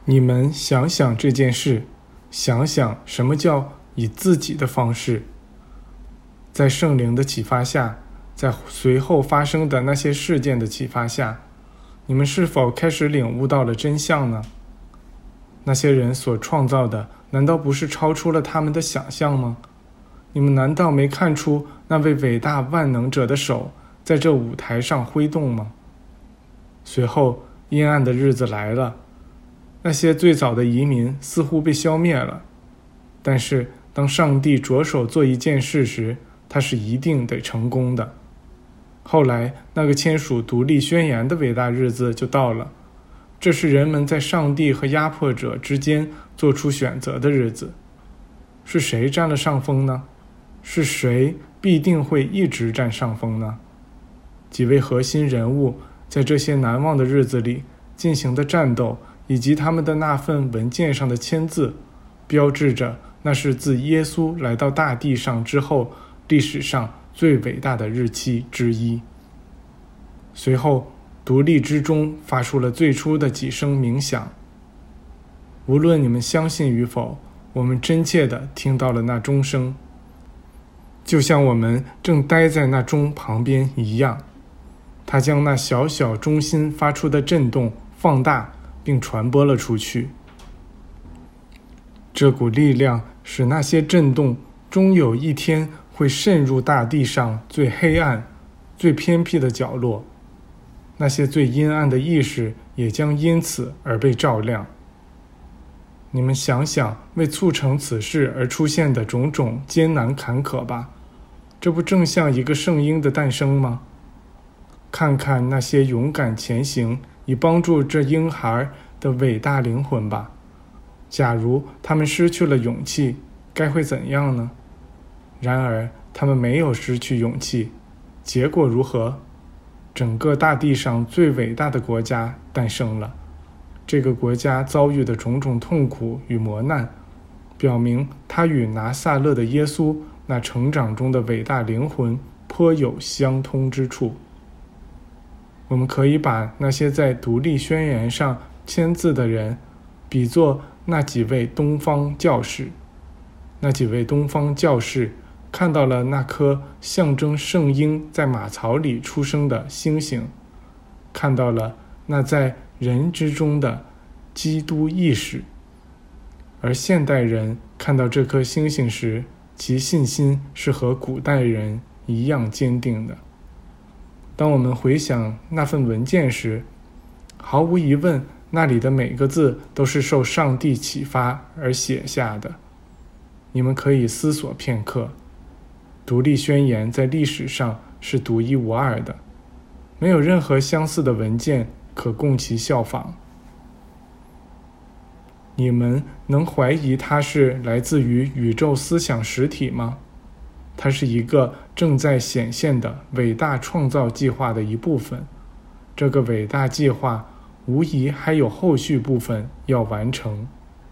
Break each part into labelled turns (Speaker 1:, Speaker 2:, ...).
Speaker 1: 你们想想这件事，想想什么叫以自己的方式。在圣灵的启发下，在随后发生的那些事件的启发下，你们是否开始领悟到了真相呢？那些人所创造的，难道不是超出了他们的想象吗？你们难道没看出那位伟大万能者的手在这舞台上挥动吗？随后，阴暗的日子来了，那些最早的移民似乎被消灭了。但是，当上帝着手做一件事时，他是一定得成功的。后来，那个签署独立宣言的伟大日子就到了。这是人们在上帝和压迫者之间做出选择的日子。是谁占了上风呢？是谁必定会一直占上风呢？几位核心人物在这些难忘的日子里进行的战斗，以及他们的那份文件上的签字，标志着那是自耶稣来到大地上之后历史上最伟大的日期之一。随后，独立之钟发出了最初的几声鸣响。无论你们相信与否，我们真切地听到了那钟声，就像我们正待在那钟旁边一样。它将那小小钟心发出的震动放大并传播了出去。这股力量使那些震动终有一天会渗入大地上最黑暗、最偏僻的角落，那些最阴暗的意识也将因此而被照亮。你们想想为促成此事而出现的种种艰难坎坷吧，这不正像一个圣婴的诞生吗？看看那些勇敢前行以帮助这婴孩的伟大灵魂吧。假如他们失去了勇气，该会怎样呢？然而他们没有失去勇气，结果如何？整个大地上最伟大的国家诞生了。这个国家遭遇的种种痛苦与磨难，表明它与拿撒勒的耶稣那成长中的伟大灵魂颇有相通之处。我们可以把那些在独立宣言上签字的人比作那几位东方教士。那几位东方教士看到了那颗象征圣婴在马槽里出生的星星，看到了那在人之中的基督意识。而现代人看到这颗星星时，其信心是和古代人一样坚定的。当我们回想那份文件时，毫无疑问，那里的每个字都是受上帝启发而写下的。你们可以思索片刻，独立宣言在历史上是独一无二的，没有任何相似的文件可供其效仿。你们能怀疑它是来自于宇宙思想实体吗？它是一个正在显现的伟大创造计划的一部分。这个伟大计划无疑还有后续部分要完成。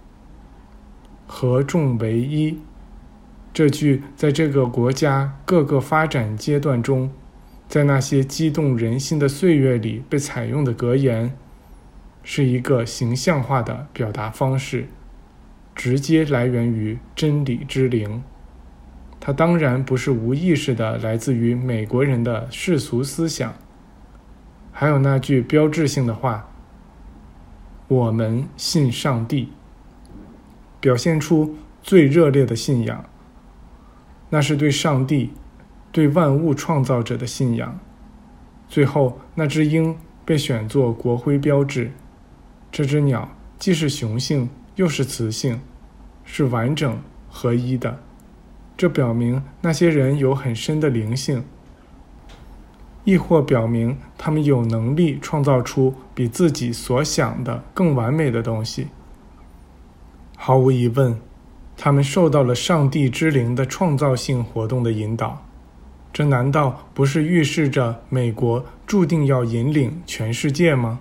Speaker 1: 合众为一，这句在这个国家各个发展阶段中，在那些激动人心的岁月里被采用的格言，是一个形象化的表达方式，直接来源于真理之灵。它当然不是无意识的来自于美国人的世俗思想。还有那句标志性的话，我们信上帝，表现出最热烈的信仰。那是对上帝、对万物创造者的信仰。最后，那只鹰被选作国徽标志。这只鸟既是雄性又是雌性，是完整合一的。这表明那些人有很深的灵性，亦或表明他们有能力创造出比自己所想的更完美的东西。毫无疑问，他们受到了上帝之灵的创造性活动的引导。这难道不是预示着美国注定要引领全世界吗？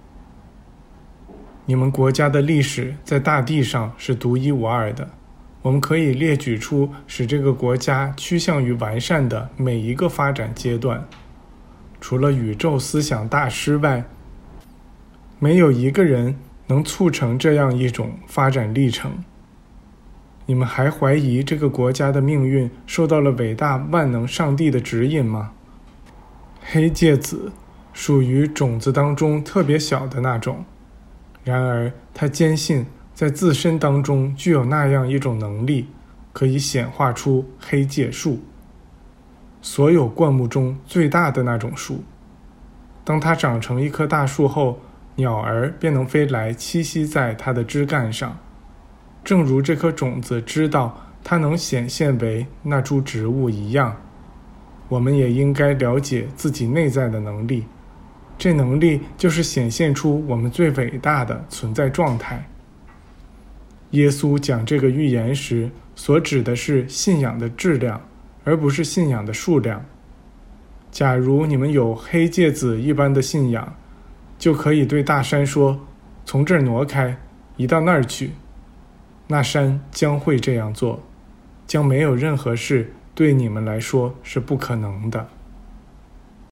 Speaker 1: 你们国家的历史在大地上是独一无二的。我们可以列举出使这个国家趋向于完善的每一个发展阶段。除了宇宙思想大师外，没有一个人能促成这样一种发展历程。你们还怀疑这个国家的命运受到了伟大万能上帝的指引吗？黑芥子属于种子当中特别小的那种，然而他坚信在自身当中具有那样一种能力，可以显化出黑芥树，所有灌木中最大的那种树。当它长成一棵大树后，鸟儿便能飞来栖息在它的枝干上，正如这颗种子知道它能显现为那株植物一样。我们也应该了解自己内在的能力，这能力就是显现出我们最伟大的存在状态。耶稣讲这个预言时，所指的是信仰的质量，而不是信仰的数量。假如你们有黑芥子一般的信仰，就可以对大山说，从这儿挪开，移到那儿去。那山将会这样做，将没有任何事对你们来说是不可能的。